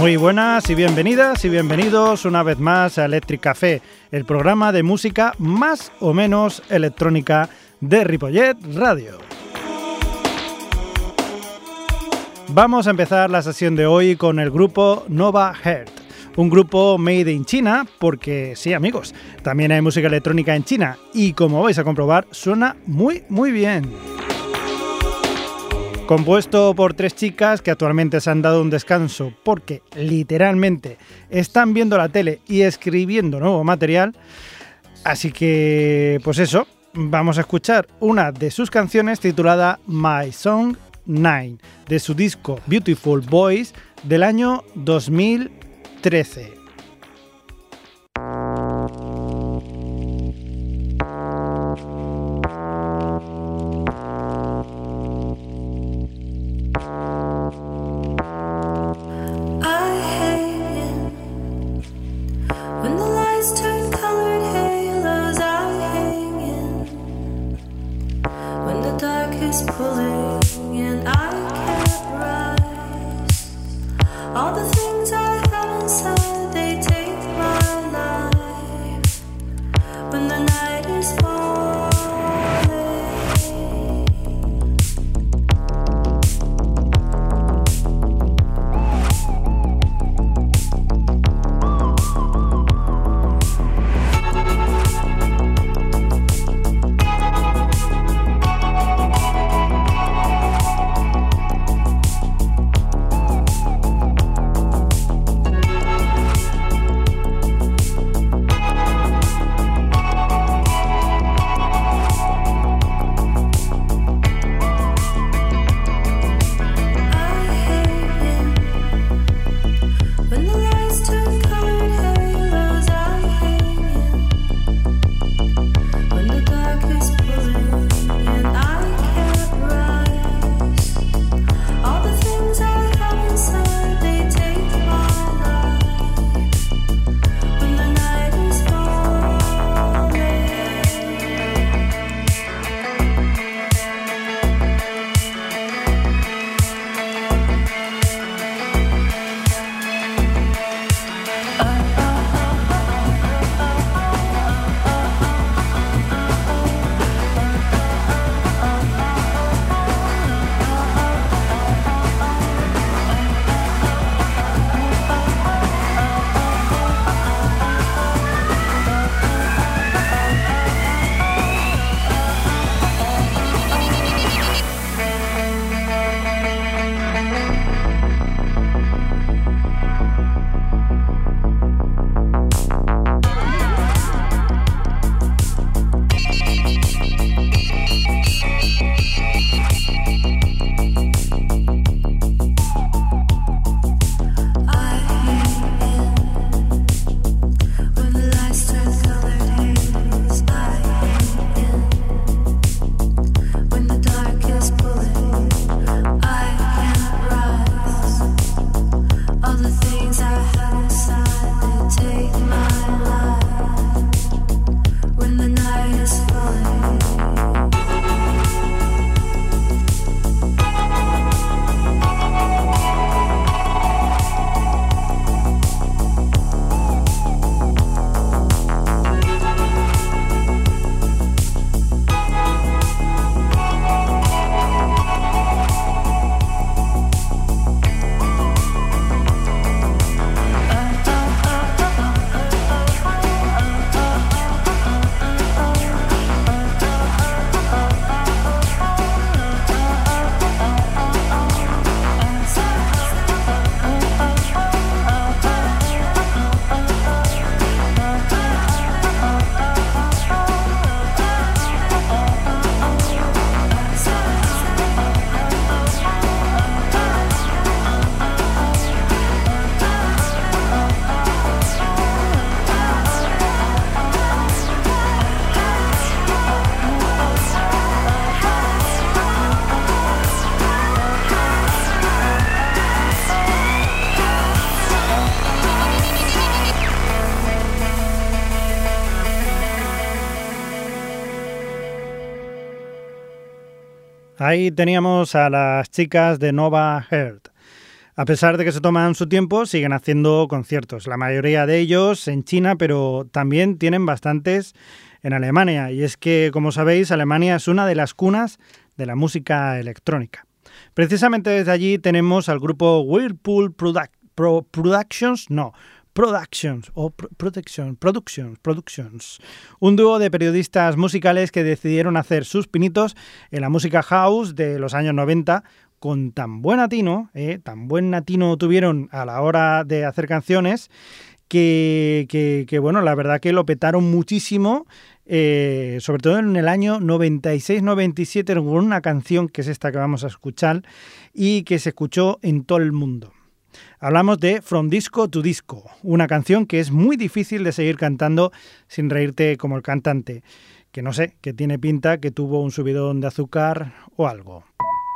Muy buenas y bienvenidas y bienvenidos una vez más a Electric Café, el programa de música más o menos electrónica de Ripollet Radio. Vamos a empezar la sesión de hoy con el grupo Nova Heart, un grupo made in China, porque sí, amigos, también hay música electrónica en China y como vais a comprobar suena muy bien. Compuesto por 3 chicas que actualmente se han dado un descanso porque literalmente están viendo la tele y escribiendo nuevo material. Así que, pues eso, vamos a escuchar una de sus canciones titulada My Song 9, de su disco Beautiful Boys del año 2013. Ahí teníamos a las chicas de Nova Heart. A pesar de que se toman su tiempo, siguen haciendo conciertos. La mayoría de ellos en China, pero también tienen bastantes en Alemania. Y es que, como sabéis, Alemania es una de las cunas de la música electrónica. Precisamente desde allí tenemos al grupo Whirlpool Productions, un dúo de periodistas musicales que decidieron hacer sus pinitos en la música house de los años 90 con tan buen atino tuvieron a la hora de hacer canciones que bueno, la verdad que lo petaron muchísimo, sobre todo en el año 96-97 con una canción que es esta que vamos a escuchar y que se escuchó en todo el mundo. Hablamos de From Disco to Disco, una canción que es muy difícil de seguir cantando sin reírte como el cantante, que no sé, que tiene pinta que tuvo un subidón de azúcar o algo.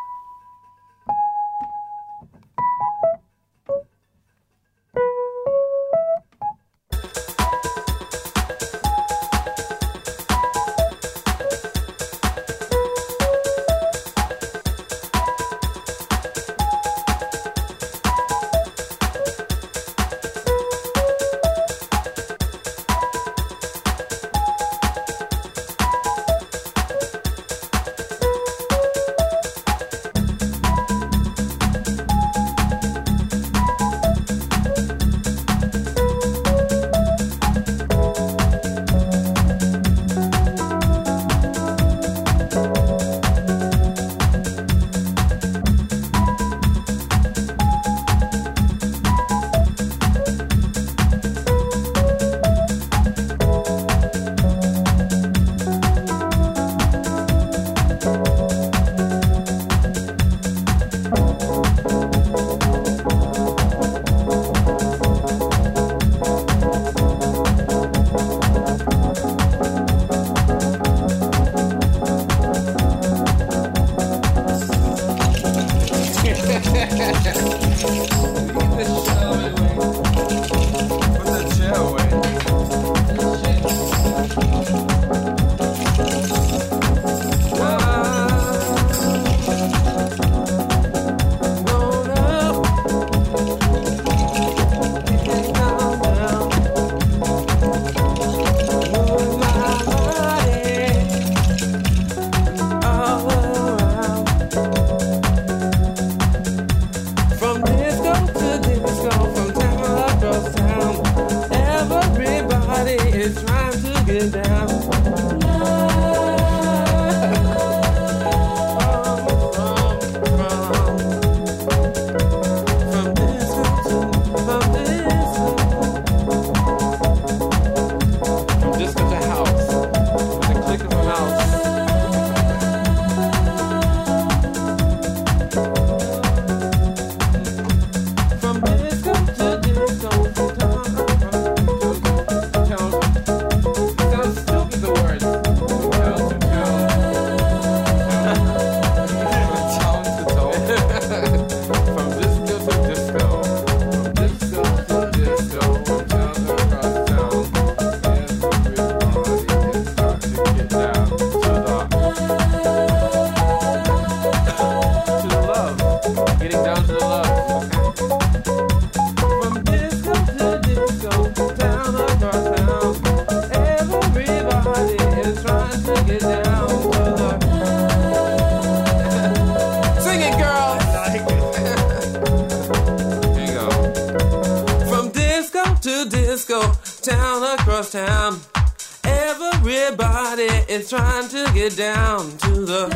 Trying to get down to the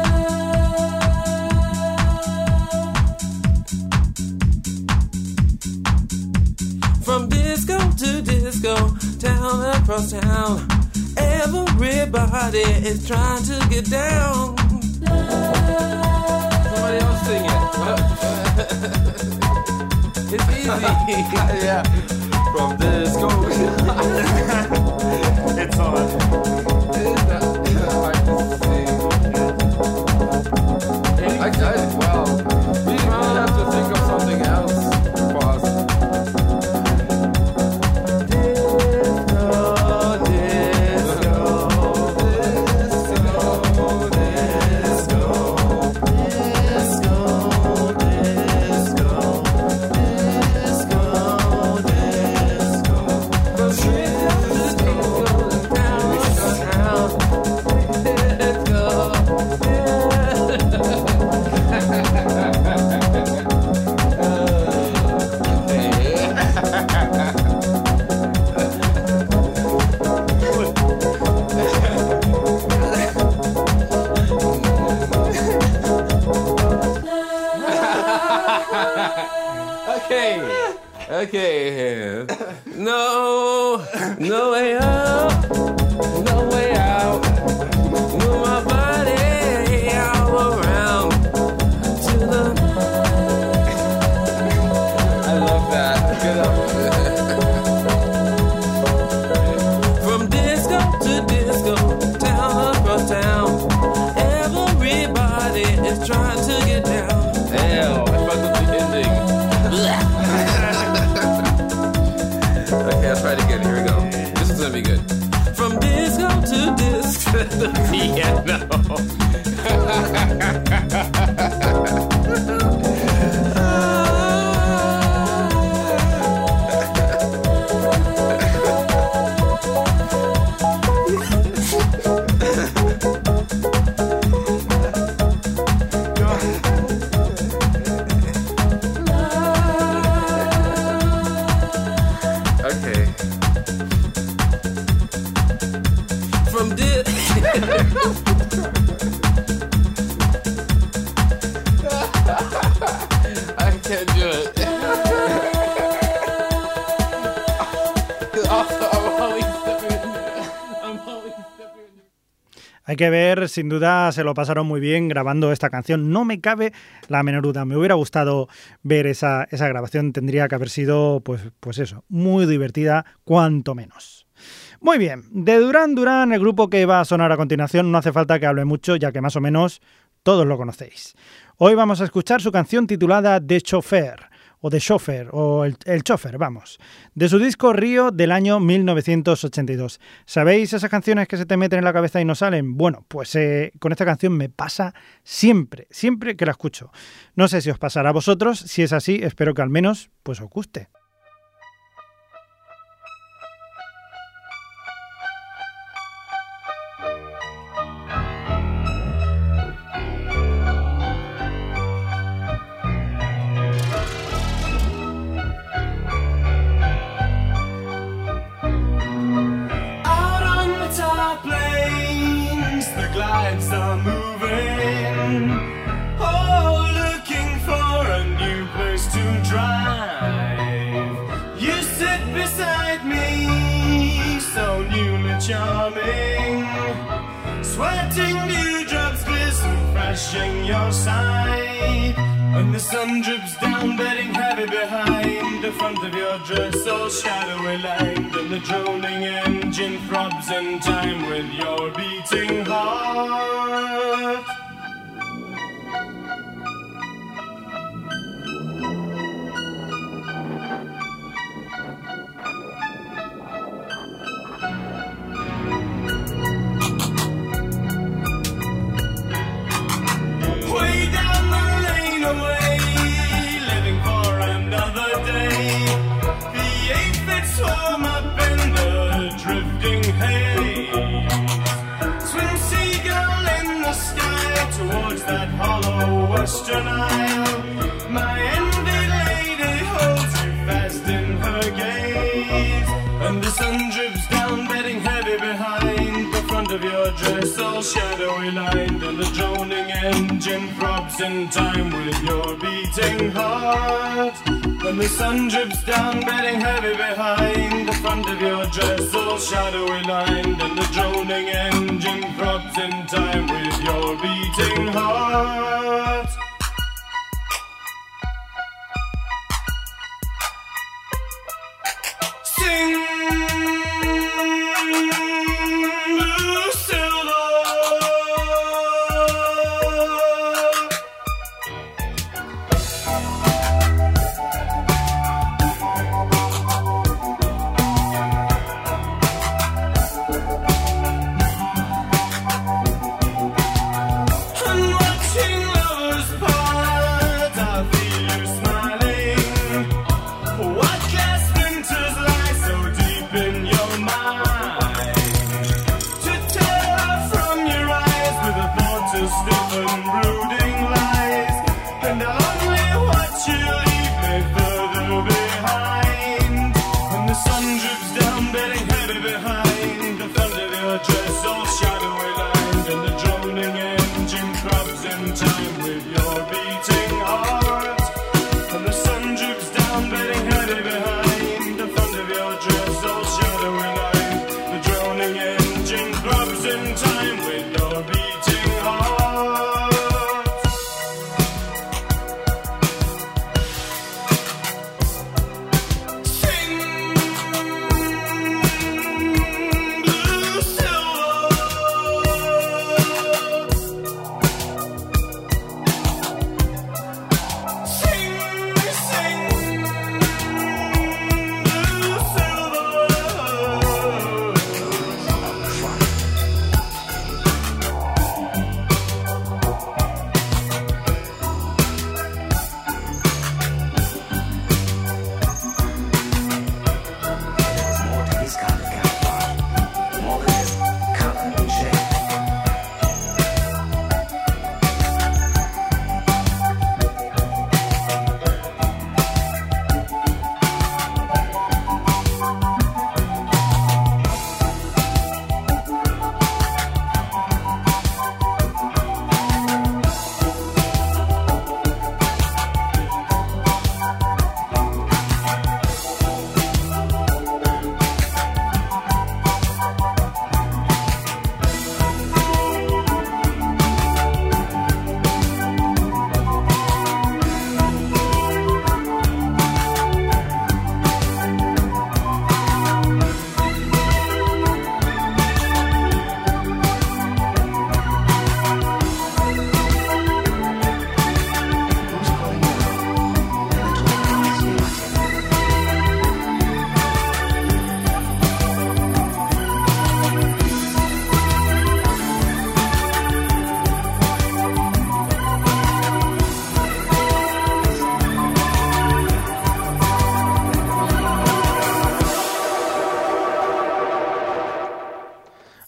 from disco to disco, town across town. Everybody is trying to get down. Somebody else sing it. It's easy. Yeah. From disco. It's on. Well, we have to think of something else for us. Disco, disco, disco, disco, disco. Okay. No way out. No way out. Move my body all around to the. I love that. Get up. From disco to disco, town across town, everybody is trying to get down. Damn, I fucked up the ending. Okay, I'll try it again. Here we go. This is gonna be good. From disco to disco, the piano. Hay que ver, sin duda se lo pasaron muy bien grabando esta canción. No me cabe la menor duda. Me hubiera gustado ver esa grabación. Tendría que haber sido, pues eso, muy divertida, cuanto menos. Muy bien, de Duran Duran, el grupo que va a sonar a continuación, no hace falta que hable mucho, ya que más o menos todos lo conocéis. Hoy vamos a escuchar su canción titulada The Chauffeur, o The Chauffeur, o el Chauffeur, vamos, de su disco Río del año 1982. ¿Sabéis esas canciones que se te meten en la cabeza y no salen? Bueno, pues con esta canción me pasa siempre que la escucho. No sé si os pasará a vosotros, si es así, espero que al menos pues os guste. Are moving, oh, looking for a new place to drive. You sit beside me, so newly charming, sweating dewdrops glisten fresh in your side, and the sun drips down, bedding heavy behind the front of your dress, all shadowy lined, and the droning engine throbs in time with your beating heart. Way down the lane away, living for another day. The 8-bit swarm up in the drifting haze. Swim seagull in the sky towards that hollow western isle. My envied lady holds you fast in her gaze, and the sun drips down, bedding heavy behind the front of your dress, all shadowy lined, and the droning engine throbs in time with your beating heart. And the sun drips down, bedding heavy behind the front of your dress, all shadowy lined, and the droning engine throbs in time with your beating heart. Sing, blue silver. And watching lovers part, I feel you smiling. What glass splinters lie so deep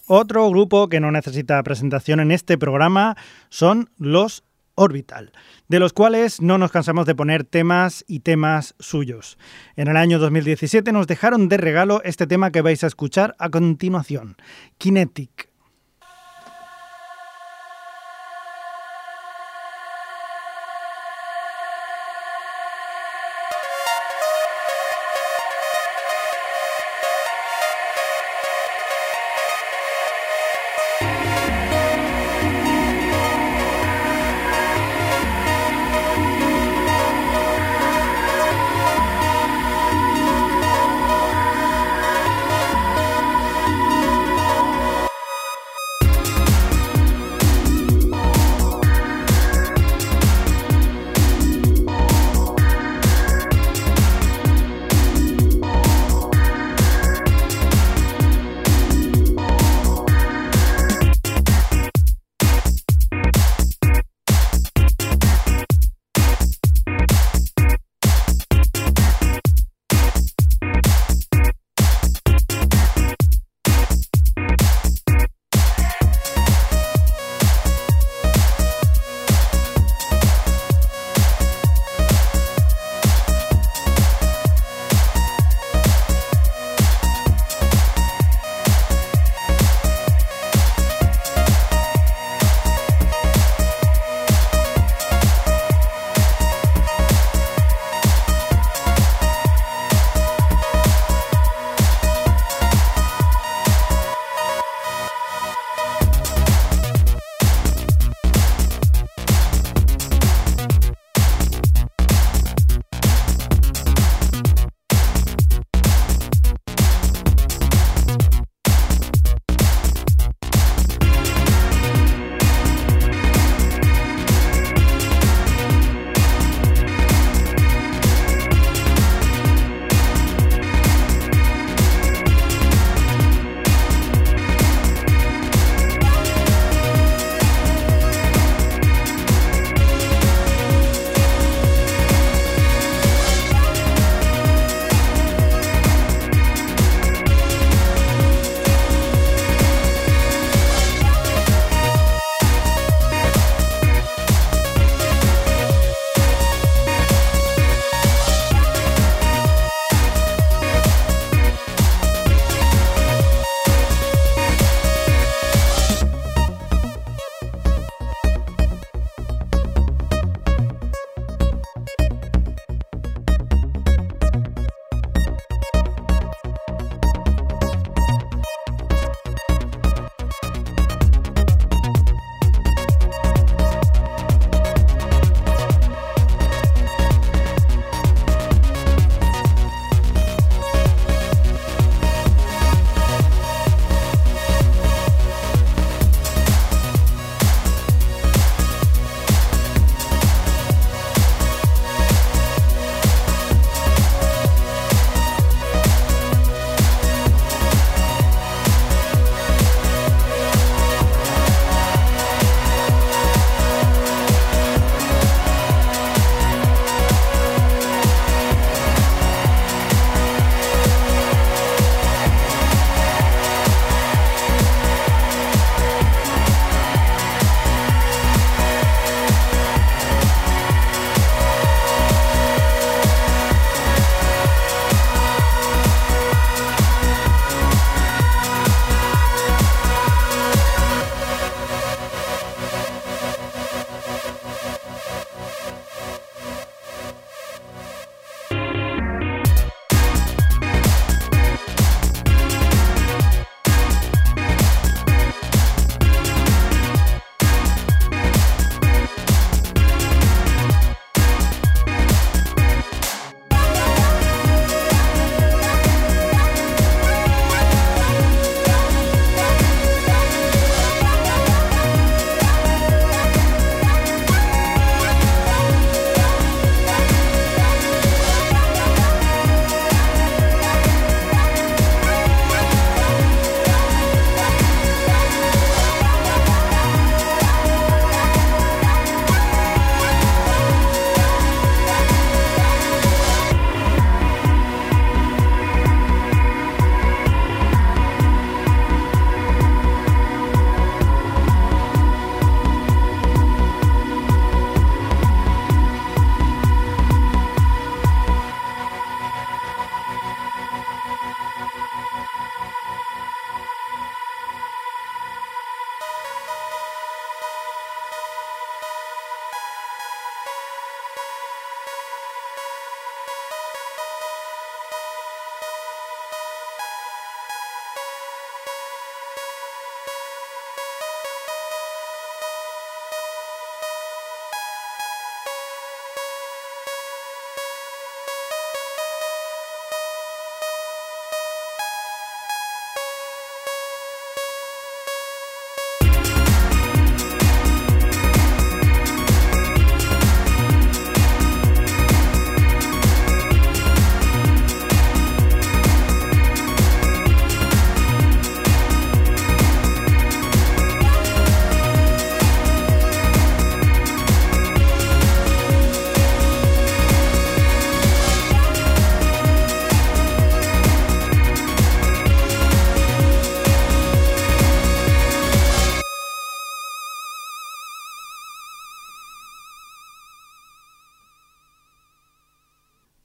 Otro grupo que no necesita presentación en este programa son los Orbital, de los cuales no nos cansamos de poner temas y temas suyos. En el año 2017 nos dejaron de regalo este tema que vais a escuchar a continuación, Kinetic.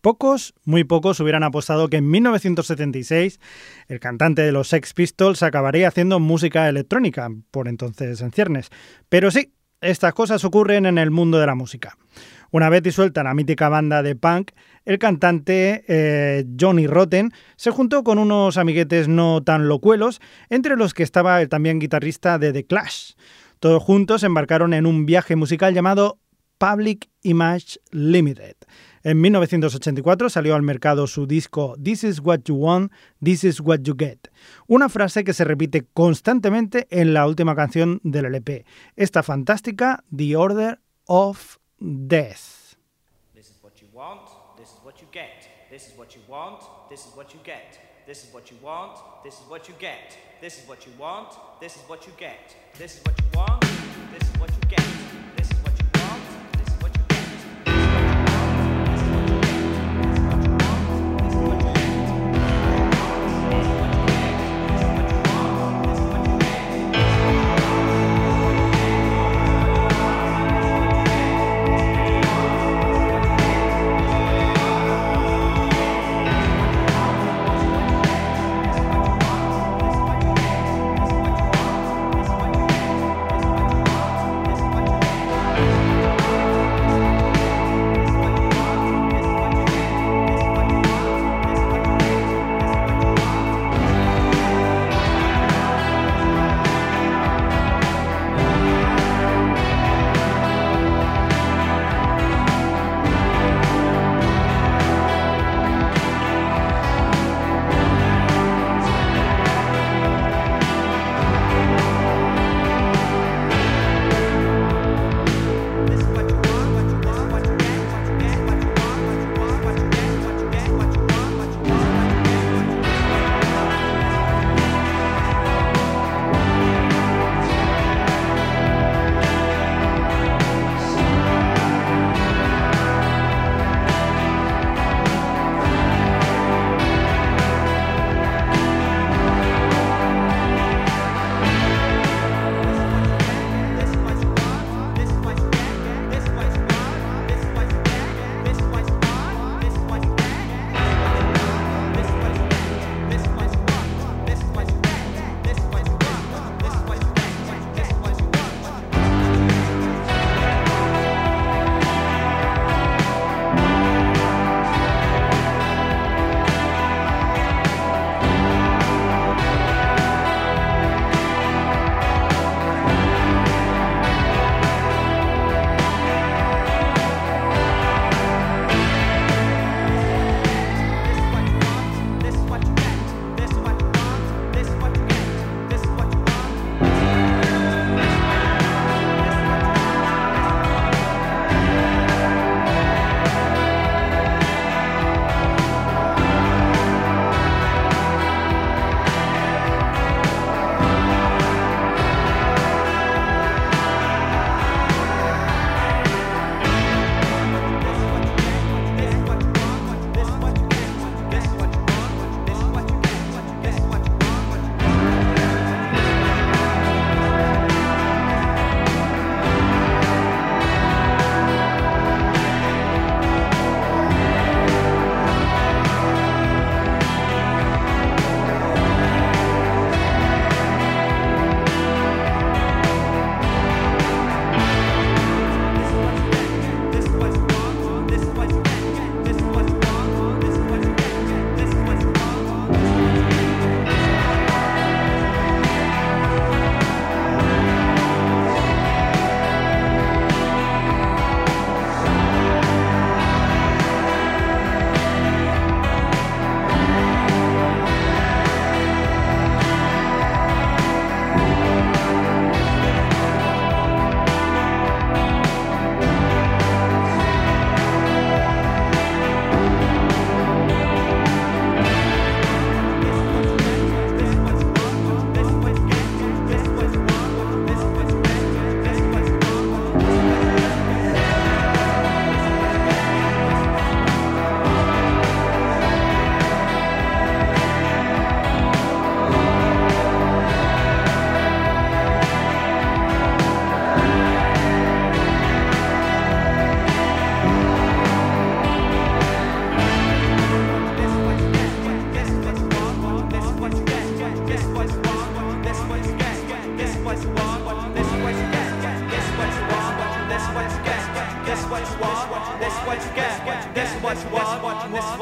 Pocos, muy pocos, hubieran apostado que en 1976 el cantante de los Sex Pistols acabaría haciendo música electrónica, por entonces en ciernes. Pero sí, estas cosas ocurren en el mundo de la música. Una vez disuelta la mítica banda de punk, el cantante Johnny Rotten se juntó con unos amiguetes no tan locuelos, entre los que estaba el también guitarrista de The Clash. Todos juntos embarcaron en un viaje musical llamado Public Image Limited. En 1984 salió al mercado su disco This is what you want, this is what you get. Una frase que se repite constantemente en la última canción del LP. Esta fantástica The Order of Death. This is what you want, this is what you get. This is what you want, this is what you get. This is what you want, this is what you get. This is what you want, this is what you get. This is what you want, this is what you get. This is what you want, this is what you get.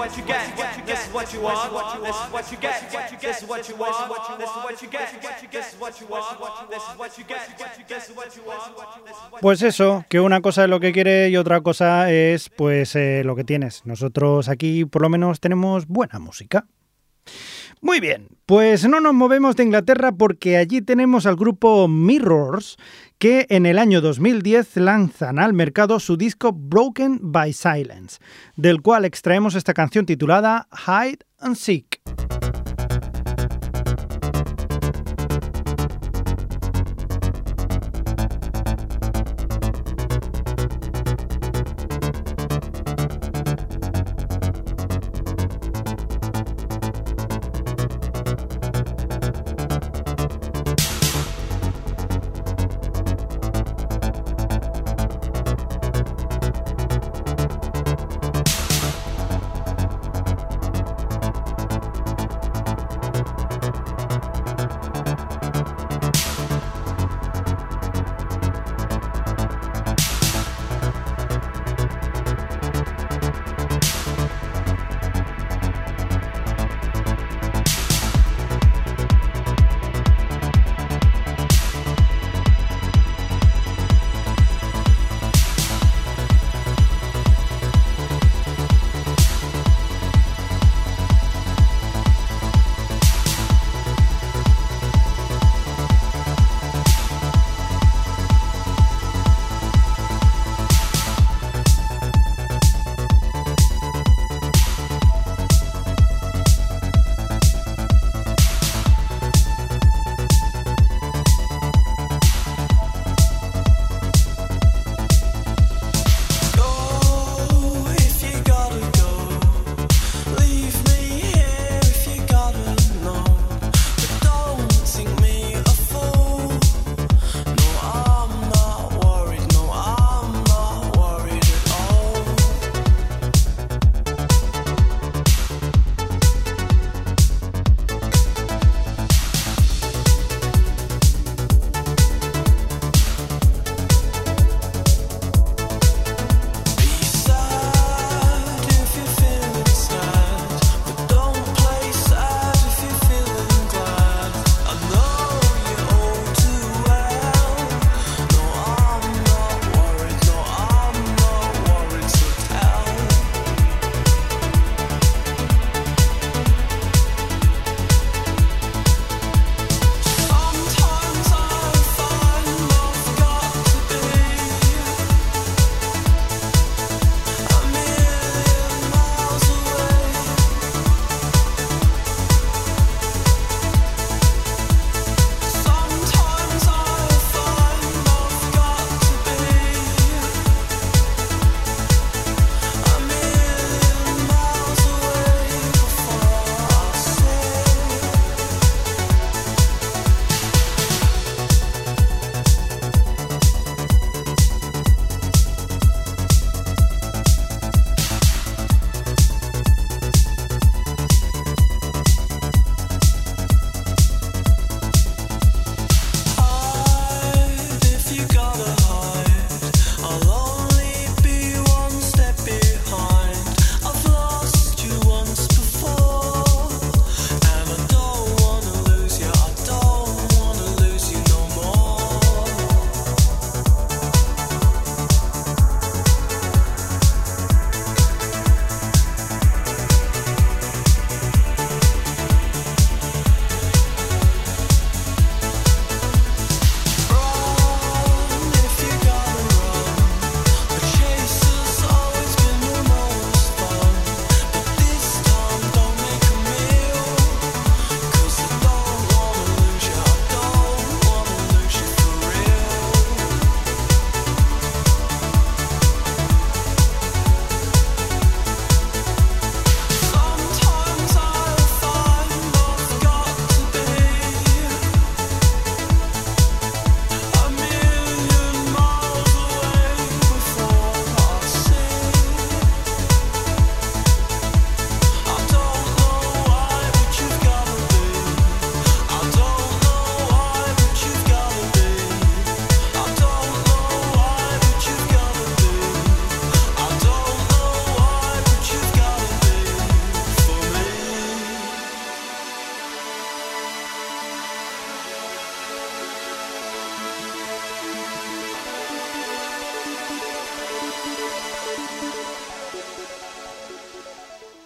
what you get. This is what you want. This is what you get. This is what you want. This is what you get. This is what you want. This is what you get. This is what you want. Pues eso, que una cosa es lo que quiere y otra cosa es pues lo que tienes. Nosotros aquí por lo menos tenemos buena música. Muy bien, pues no nos movemos de Inglaterra porque allí tenemos al grupo Mirrors, que en el año 2010 lanzan al mercado su disco Broken by Silence, del cual extraemos esta canción titulada Hide and Seek.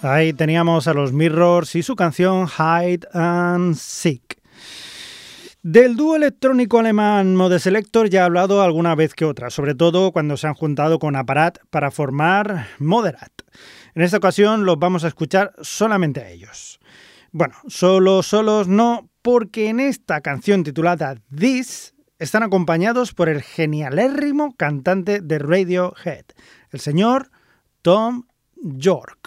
Ahí teníamos a los Mirrors y su canción Hide and Seek. Del dúo electrónico alemán Mode Selector ya he hablado alguna vez que otra, sobre todo cuando se han juntado con Apparat para formar Moderat. En esta ocasión los vamos a escuchar solamente a ellos. Bueno, solos no, porque en esta canción titulada This están acompañados por el genialérrimo cantante de Radiohead, el señor Tom York.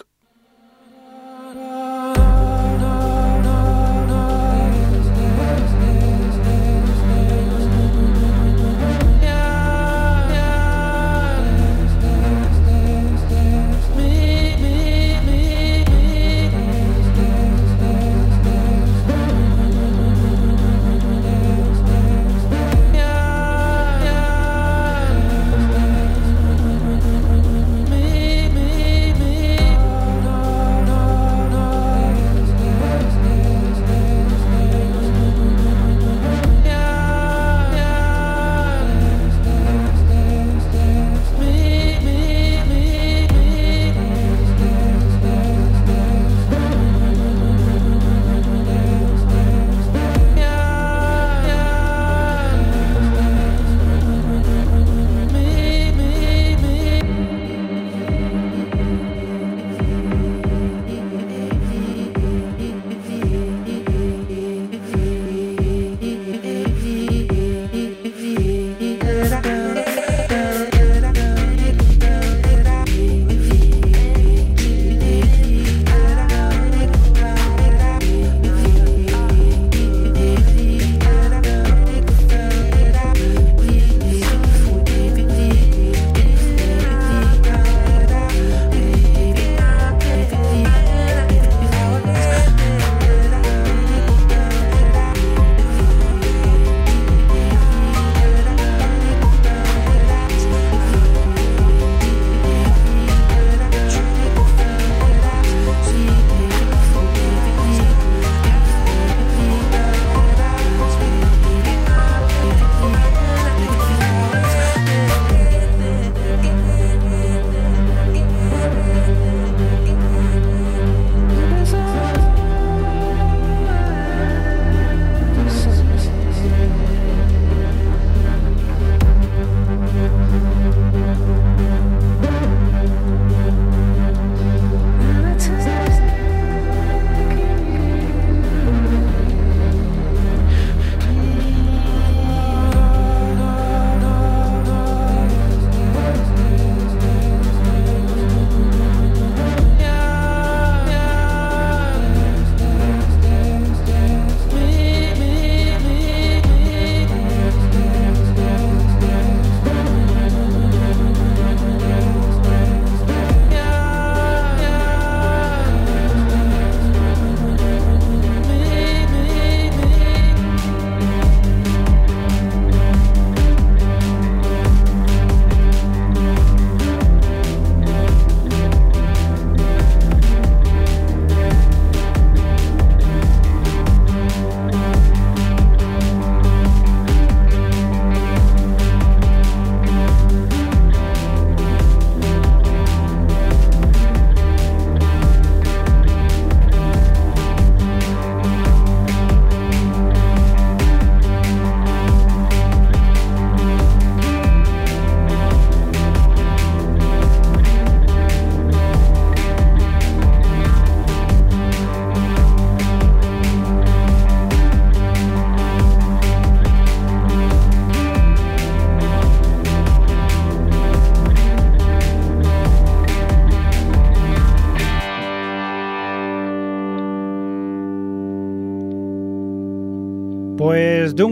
Pues de un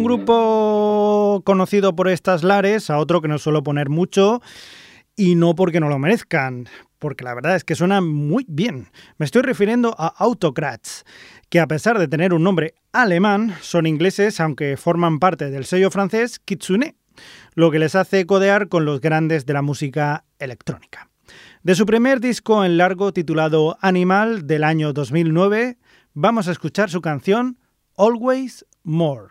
grupo conocido por estas lares a otro que no suelo poner mucho, y no porque no lo merezcan, porque la verdad es que suenan muy bien. Me estoy refiriendo a Autocrats, que a pesar de tener un nombre alemán, son ingleses, aunque forman parte del sello francés Kitsune, lo que les hace codear con los grandes de la música electrónica. De su primer disco en largo titulado Animal del año 2009, vamos a escuchar su canción Always More.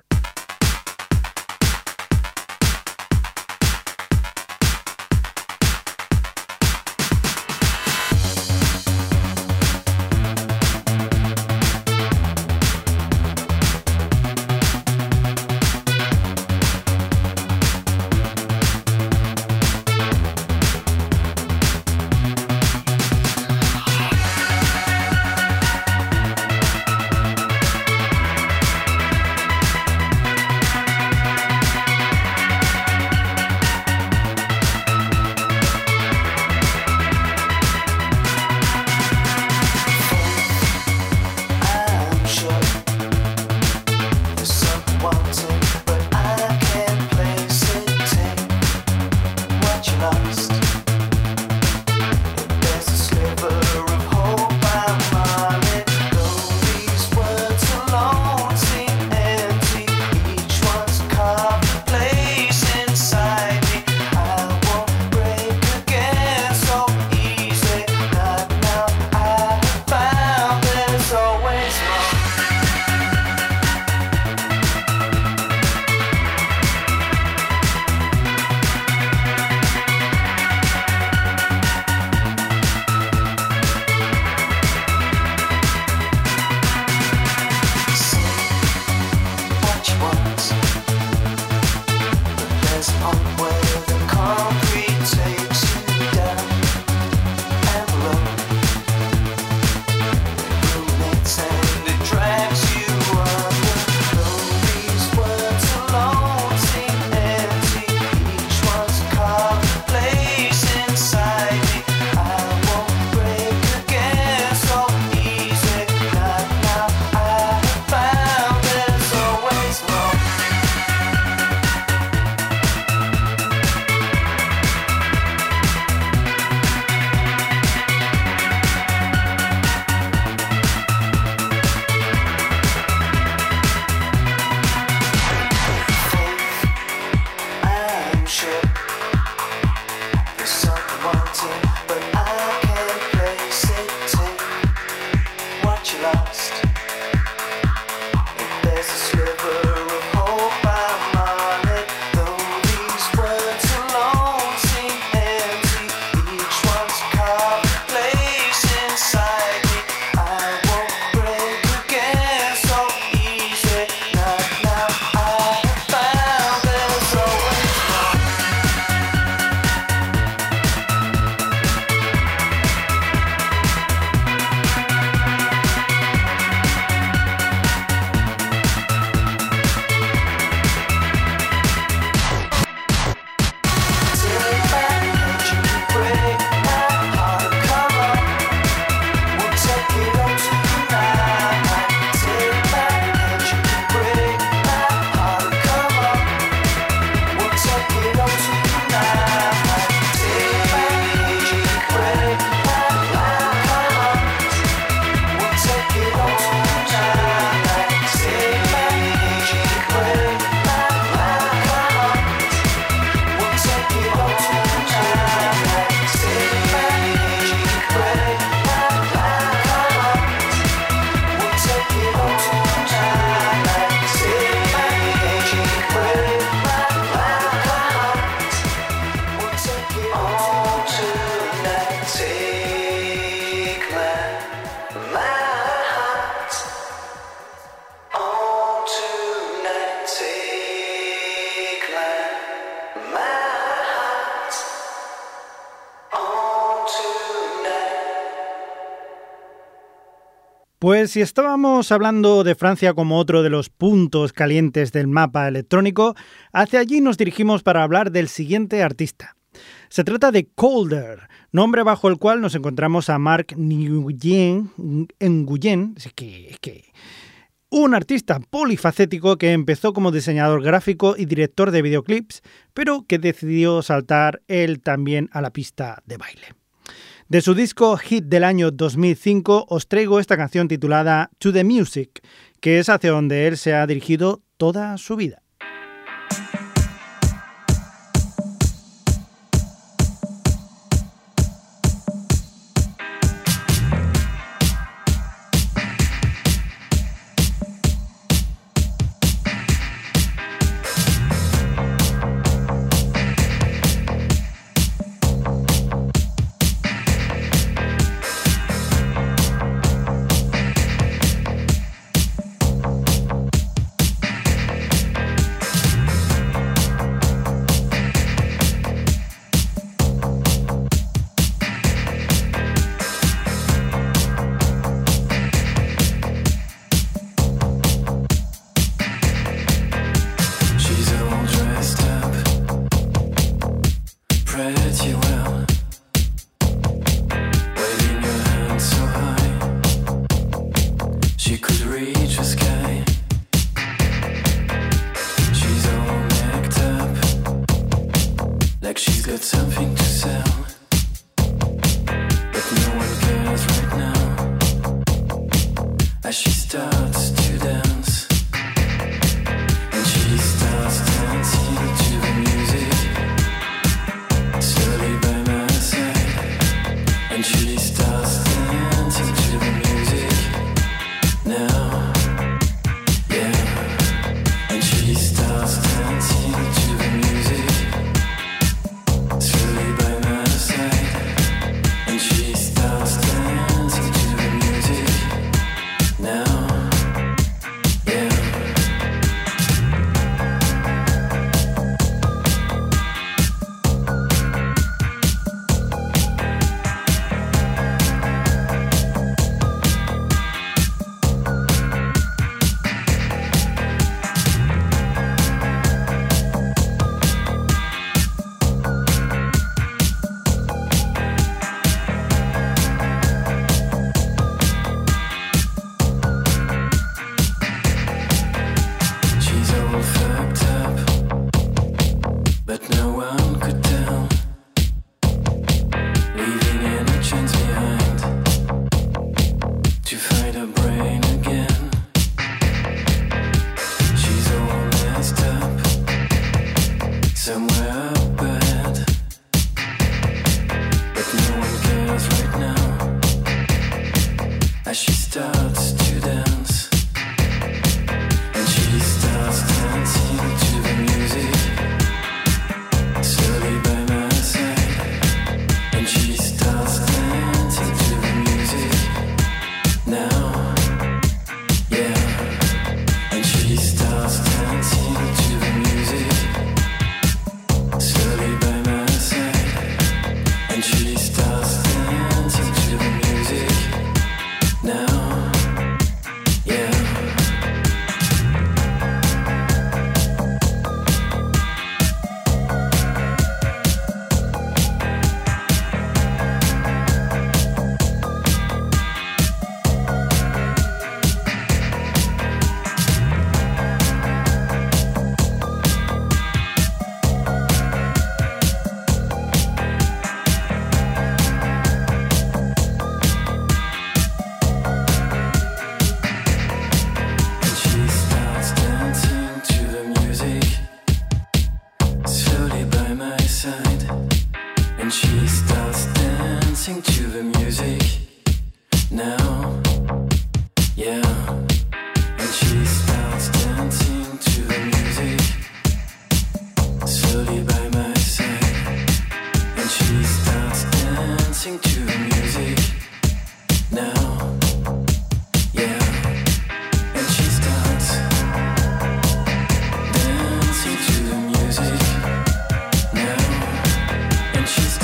Pues si estábamos hablando de Francia como otro de los puntos calientes del mapa electrónico, hacia allí nos dirigimos para hablar del siguiente artista. Se trata de Colder, nombre bajo el cual nos encontramos a Marc Nguyen, un artista polifacético que empezó como diseñador gráfico y director de videoclips, pero que decidió saltar él también a la pista de baile. De su disco hit del año 2005 os traigo esta canción titulada To The Music, que es hacia donde él se ha dirigido toda su vida.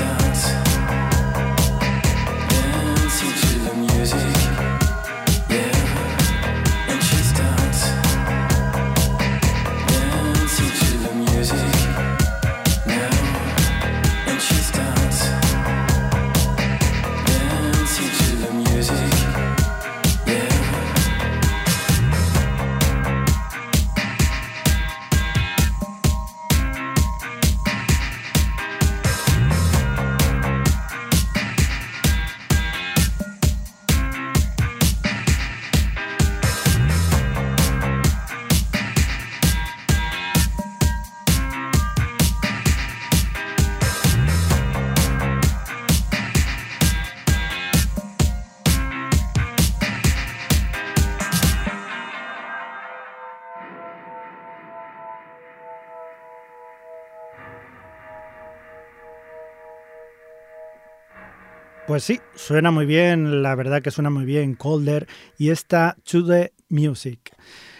Yeah. Pues sí, suena muy bien, la verdad que suena muy bien Colder y esta To The Music.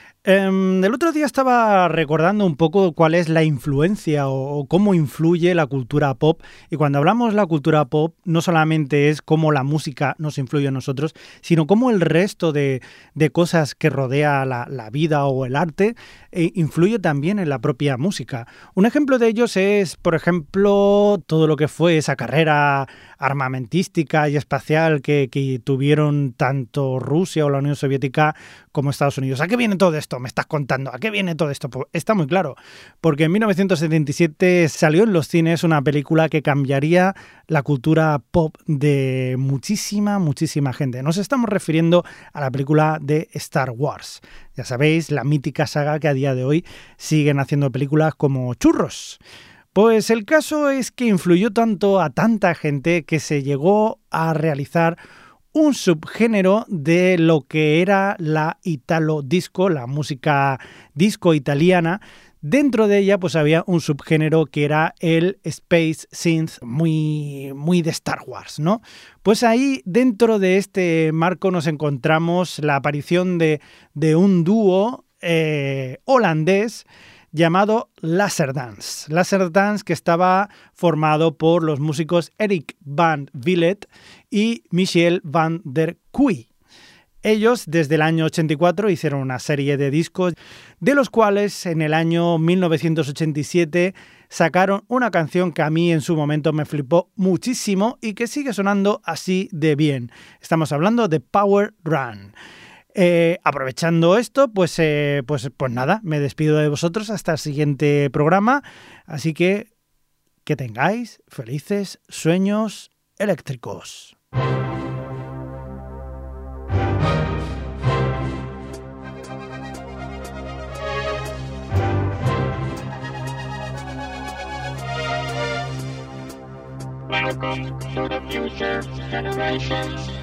El otro día estaba recordando un poco cuál es la influencia o cómo influye la cultura pop, y cuando hablamos de la cultura pop no solamente es cómo la música nos influye a nosotros, sino cómo el resto de cosas que rodea la vida o el arte influye también en la propia música. Un ejemplo de ellos es, por ejemplo, todo lo que fue esa carrera armamentística y espacial que tuvieron tanto Rusia o la Unión Soviética como Estados Unidos. ¿A qué viene todo esto? Me estás contando. ¿A qué viene todo esto? Pues está muy claro, porque en 1977 salió en los cines una película que cambiaría la cultura pop de muchísima gente. Nos estamos refiriendo a la película de Star Wars. Ya sabéis, la mítica saga que a día de hoy siguen haciendo películas como churros. Pues el caso es que influyó tanto a tanta gente que se llegó a realizar un subgénero de lo que era la italo disco, la música disco italiana. Dentro de ella pues había un subgénero que era el Space Synth, muy de Star Wars, ¿no? Pues ahí, dentro de este marco, nos encontramos la aparición de un dúo holandés llamado Laserdance. Laserdance, que estaba formado por los músicos Eric van Willet y Michiel van der Kuy. Ellos, desde el año 84, hicieron una serie de discos, de los cuales en el año 1987 sacaron una canción que a mí en su momento me flipó muchísimo y que sigue sonando así de bien. Estamos hablando de Power Run. Aprovechando esto, pues nada, me despido de vosotros hasta el siguiente programa, así que tengáis felices sueños eléctricos. Welcome to the future generations.